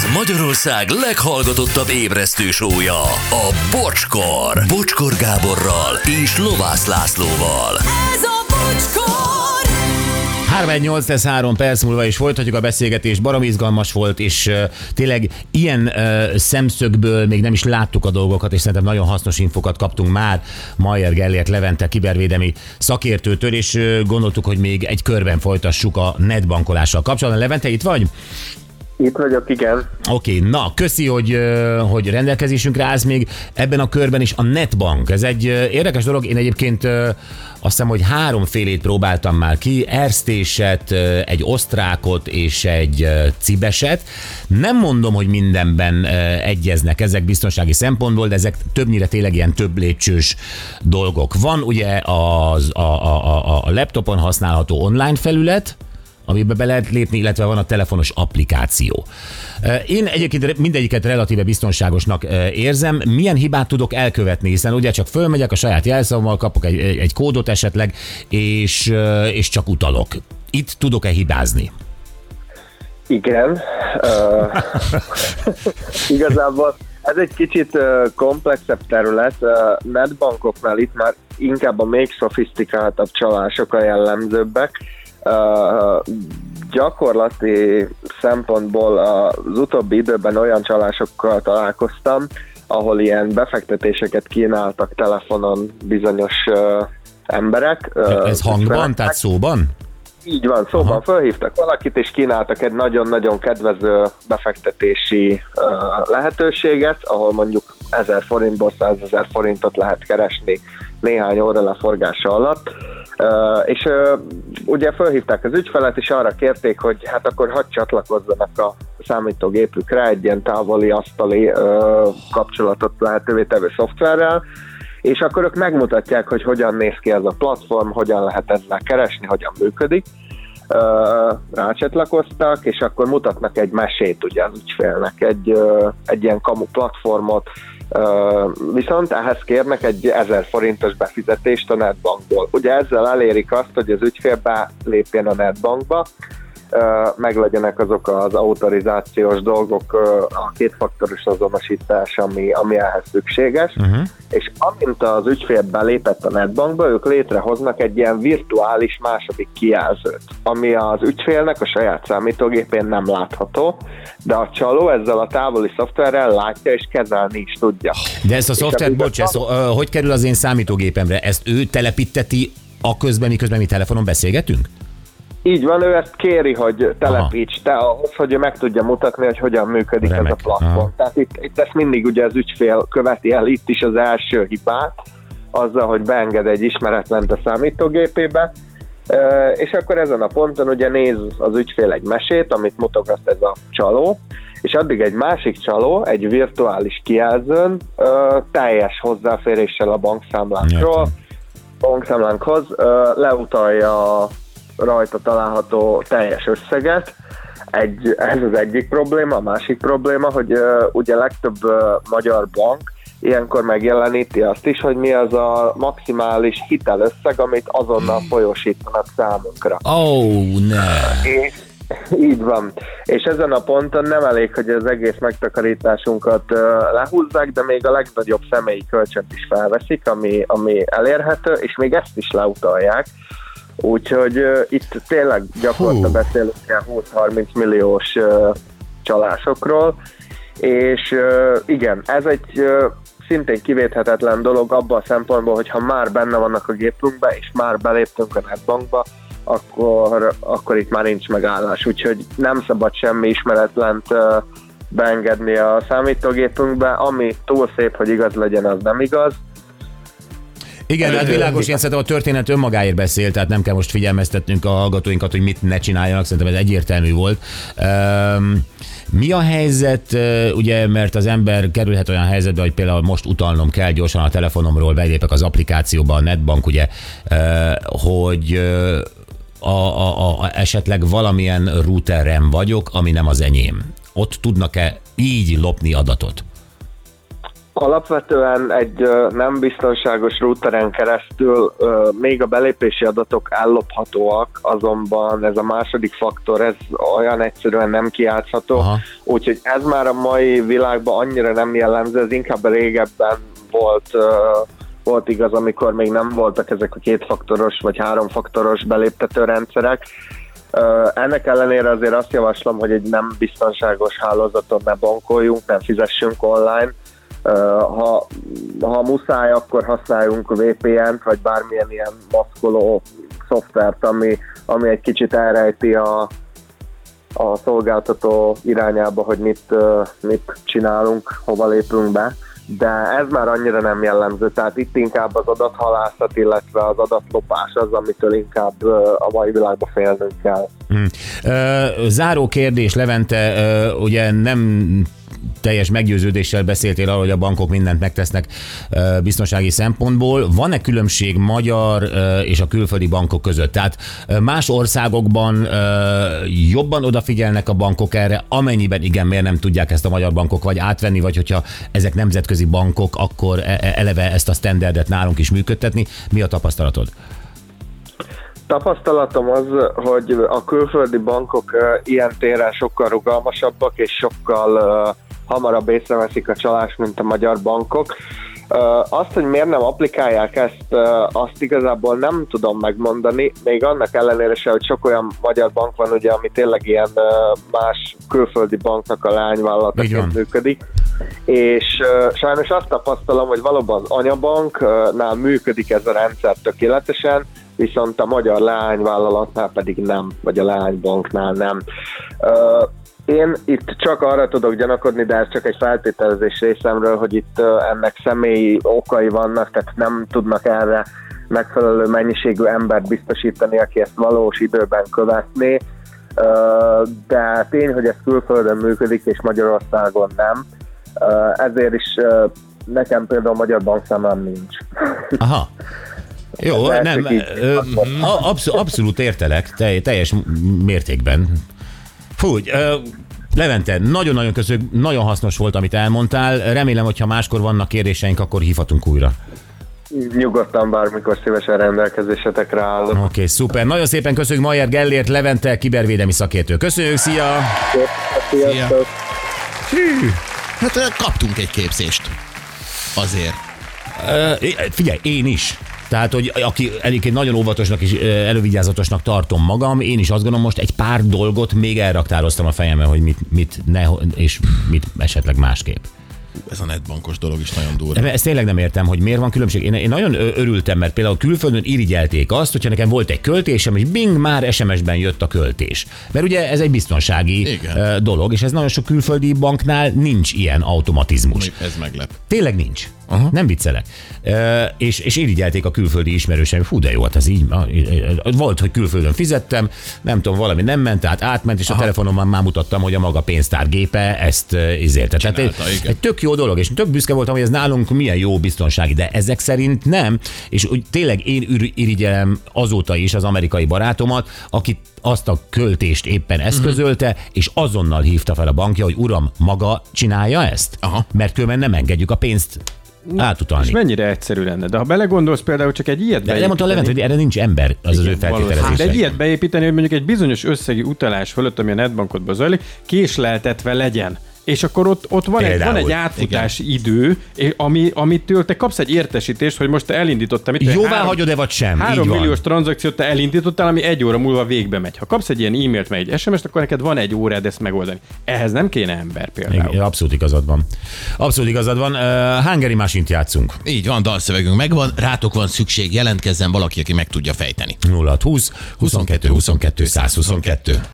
Ez Magyarország leghallgatottabb ébresztő show-ja, a Bocskor. Bocskor Gáborral és Lovász Lászlóval. Ez a Bocskor! 318 lesz 3 perc múlva, és folytatjuk a beszélgetést. Baromi izgalmas volt, és tényleg ilyen szemszögből még nem is láttuk a dolgokat, és szerintem nagyon hasznos infokat kaptunk már Mayer Gellért Levente kibervédelmi szakértőtől, és gondoltuk, hogy még egy körben folytassuk a netbankolással kapcsolatban. Levente, itt vagy? Itt vagyok, igen. Oké, na, köszi, hogy rendelkezésünkre állsz még ebben a körben is. A netbank, ez egy érdekes dolog. Én egyébként azt hiszem, hogy 3 félét próbáltam már ki, erstéset, egy osztrákot és egy cibeset. Nem mondom, hogy mindenben egyeznek ezek biztonsági szempontból, de ezek többnyire tényleg ilyen több lépcsős dolgok. Van ugye a laptopon használható online felület, amiben be lehet lépni, illetve van a telefonos applikáció. Én egyébként mindegyiket relatíve biztonságosnak érzem. Milyen hibát tudok elkövetni, hiszen ugye csak fölmegyek a saját jelszavammal, kapok egy kódot esetleg, és csak utalok. Itt tudok-e hibázni? Igen. Igazából ez egy kicsit komplexebb terület. Netbankoknál itt már inkább a még szofisztikáltabb csalások a jellemzőbbek. Gyakorlati szempontból az utóbbi időben olyan csalásokkal találkoztam, ahol ilyen befektetéseket kínáltak telefonon bizonyos emberek. Ez hangban, tehát szóban? Így van, szóban felhívtak valakit, és kínáltak egy nagyon-nagyon kedvező befektetési lehetőséget, ahol mondjuk 1000 forintból 100 000 forintot lehet keresni néhány óra leforgása alatt. És ugye felhívták az ügyfelet, és arra kérték, hogy hát akkor hadd csatlakozzanak a számítógépükre egy ilyen távoli asztali kapcsolatot lehetővé tevő szoftverrel, és akkor ők megmutatják, hogy hogyan néz ki ez a platform, hogyan lehet ezzel keresni, hogyan működik. Rácsatlakoztak, és akkor mutatnak egy mesét ugye az ügyfélnek, egy ilyen kamu platformot, viszont ehhez kérnek egy 1000 forintos befizetést a netbankból. Ugye ezzel elérik azt, hogy az ügyfél belépjen a netbankba, meglegyenek azok az autorizációs dolgok, a kétfaktoros azonosítás, ami ehhez szükséges, és amint az ügyfél belépett a netbankba, ők létrehoznak egy ilyen virtuális második kijelzőt, ami az ügyfélnek a saját számítógépén nem látható, de a csaló ezzel a távoli szoftverrel látja és kezelni is tudja. De ezt a szoftvert, hogy kerül az én számítógépemre? Ezt ő telepíteti miközben mi telefonon beszélgetünk? Így van, ő ezt kéri, hogy telepíts te ahhoz, hogy ő meg tudja mutatni, hogy hogyan működik ez a platform. Tehát itt ezt mindig ugye az ügyfél követi el itt is az első hibát, azzal, hogy beenged egy ismeretlent a számítógépébe, és akkor ezen a ponton ugye néz az ügyfél egy mesét, amit mutogat ez a csaló, és addig egy másik csaló, egy virtuális kijelzőn teljes hozzáféréssel a bankszámlánkhoz leutalja rajta található teljes összeget. Ez az egyik probléma, a másik probléma, hogy ugye legtöbb magyar bank ilyenkor megjeleníti azt is, hogy mi az a maximális hitelösszeg, amit azonnal folyósítanak számunkra. Így van. És ezen a ponton nem elég, hogy az egész megtakarításunkat lehúzzák, de még a legnagyobb személyi kölcsönt is felveszik, ami elérhető, és még ezt is leutalják. Úgyhogy itt tényleg gyakorta beszélünk 20-30 milliós csalásokról, és igen, ez egy szintén kivéthetetlen dolog abban a szempontból, hogy ha már benne vannak a gépünkbe, és már beléptünk a netbankba, akkor itt már nincs megállás, úgyhogy nem szabad semmi ismeretlent beengedni a számítógépünkbe, ami túl szép, hogy igaz legyen, az nem igaz. Igen, hát világos, én szerintem a történet önmagáért beszél, tehát nem kell most figyelmeztetnünk a hallgatóinkat, hogy mit ne csináljanak, szerintem ez egyértelmű volt. Mi a helyzet, ugye, mert az ember kerülhet olyan helyzetbe, hogy például most utalnom kell gyorsan a telefonomról, belépek az applikációba, a netbank, ugye, hogy esetleg valamilyen routeren vagyok, ami nem az enyém. Ott tudnak-e így lopni adatot? Alapvetően egy nem biztonságos routeren keresztül még a belépési adatok ellophatóak, azonban ez a második faktor, ez olyan egyszerűen nem kijátszható, úgyhogy ez már a mai világban annyira nem jellemző, ez inkább régebben volt igaz, amikor még nem voltak ezek a kétfaktoros vagy háromfaktoros beléptető rendszerek. Ennek ellenére azért azt javaslom, hogy egy nem biztonságos hálózaton ne bankoljunk, nem fizessünk online. Ha muszáj, akkor használjunk VPN-t, vagy bármilyen ilyen maszkoló szoftvert, ami egy kicsit elrejti a szolgáltató irányába, hogy mit csinálunk, hova lépünk be. De ez már annyira nem jellemző, tehát itt inkább az adathalászat, illetve az adatlopás az, amitől inkább a mai világban félnünk kell. Záró kérdés, Levente, ugye nem teljes meggyőződéssel beszéltél arról, hogy a bankok mindent megtesznek biztonsági szempontból. Van-e különbség magyar és a külföldi bankok között? Tehát más országokban jobban odafigyelnek a bankok erre, amennyiben igen, miért nem tudják ezt a magyar bankok vagy átvenni, vagy hogyha ezek nemzetközi bankok, akkor eleve ezt a standardet nálunk is működtetni. Mi a tapasztalatod? Tapasztalatom az, hogy a külföldi bankok ilyen téren sokkal rugalmasabbak, és sokkal hamarabb észreveszik a csalást, mint a magyar bankok. Azt, hogy miért nem applikálják ezt, azt igazából nem tudom megmondani, még annak ellenére se, hogy sok olyan magyar bank van, ugye, ami tényleg ilyen más külföldi banknak a leányvállalataként működik, és sajnos azt tapasztalom, hogy valóban az anyabanknál működik ez a rendszer tökéletesen, viszont a magyar leányvállalatnál pedig nem, vagy a leánybanknál nem. Én itt csak arra tudok gyanakodni, de ez csak egy feltételezés részemről, hogy itt ennek személyi okai vannak, tehát nem tudnak erre megfelelő mennyiségű embert biztosítani, aki ezt valós időben követné, de tény, hogy ez külföldön működik, és Magyarországon nem. Ezért is nekem például magyar bankszámlám nincs. Aha. Jó, nem, abszolút értelek, teljes mértékben. Fú, Levente, nagyon-nagyon köszönjük, nagyon hasznos volt, amit elmondtál. Remélem, hogyha máskor vannak kérdéseink, akkor hívhatunk újra. Nyugodtan bármikor szívesen rendelkezésetekre állok. Oké, szuper. Nagyon szépen köszönjük Mayer Gellért, Levente, kibervédelmi szakértő. Köszönjük, szia! Sziasztok! Hát kaptunk egy képzést. Azért. Figyelj, én is. Tehát, hogy aki egyébként nagyon óvatosnak és elővigyázatosnak tartom magam, én is azt gondolom, most egy pár dolgot még elraktároztam a fejembe, hogy mit esetleg másképp. Ez a netbankos dolog is nagyon durva. Ezt tényleg nem értem, hogy miért van különbség. Én nagyon örültem, mert például külföldön irigyelték azt, hogyha nekem volt egy költésem, és bing, már SMS-ben jött a költés. Mert ugye ez egy biztonsági dolog, és ez nagyon sok külföldi banknál nincs ilyen automatizmus. Ez meglep. Tényleg nincs. Nem viccelek. És irigyelték a külföldi ismerőseim, fú, de jó, hát ez így. Volt, hogy külföldön fizettem, nem tudom, valami nem ment, tehát átment, és a telefonomon már mutattam, hogy a maga pénztárgépe ezt izélte. Tehát egy tök jó dolog, és tök büszke voltam, hogy ez nálunk milyen jó biztonsági, de ezek szerint nem, és úgy tényleg én irigyelem azóta is az amerikai barátomat, aki azt a költést éppen eszközölte, és azonnal hívta fel a bankja, hogy uram, maga csinálja ezt? Mert különben nem engedjük a pénzt átutalni. És mennyire egyszerű lenne? De ha belegondolsz, például csak egy ilyet beépíteni... De mondta Levent, hogy erre nincs ember, az ő feltételezése. De egy ilyet beépíteni, hogy mondjuk egy bizonyos összegi utalás fölött, ami a netbankodban zajlik, késleltetve legyen. És akkor ott van egy átfutási idő, amitől te kapsz egy értesítést, hogy most te elindítottál. Jóvá hagyod-e vagy sem? 3 milliós tranzakciót te elindítottál, ami 1 óra múlva végbe megy. Ha kapsz egy ilyen e-mailt, meg egy SMS-t, akkor neked van 1 órád ezt megoldani. Ehhez nem kéne ember például. Igen, abszolút igazad van. Abszolút igazad van. Hungary Machine-t játszunk. Így van, dalszövegünk megvan, rátok van szükség, jelentkezzen valaki, aki meg tudja fejteni. 0620 22 22 122.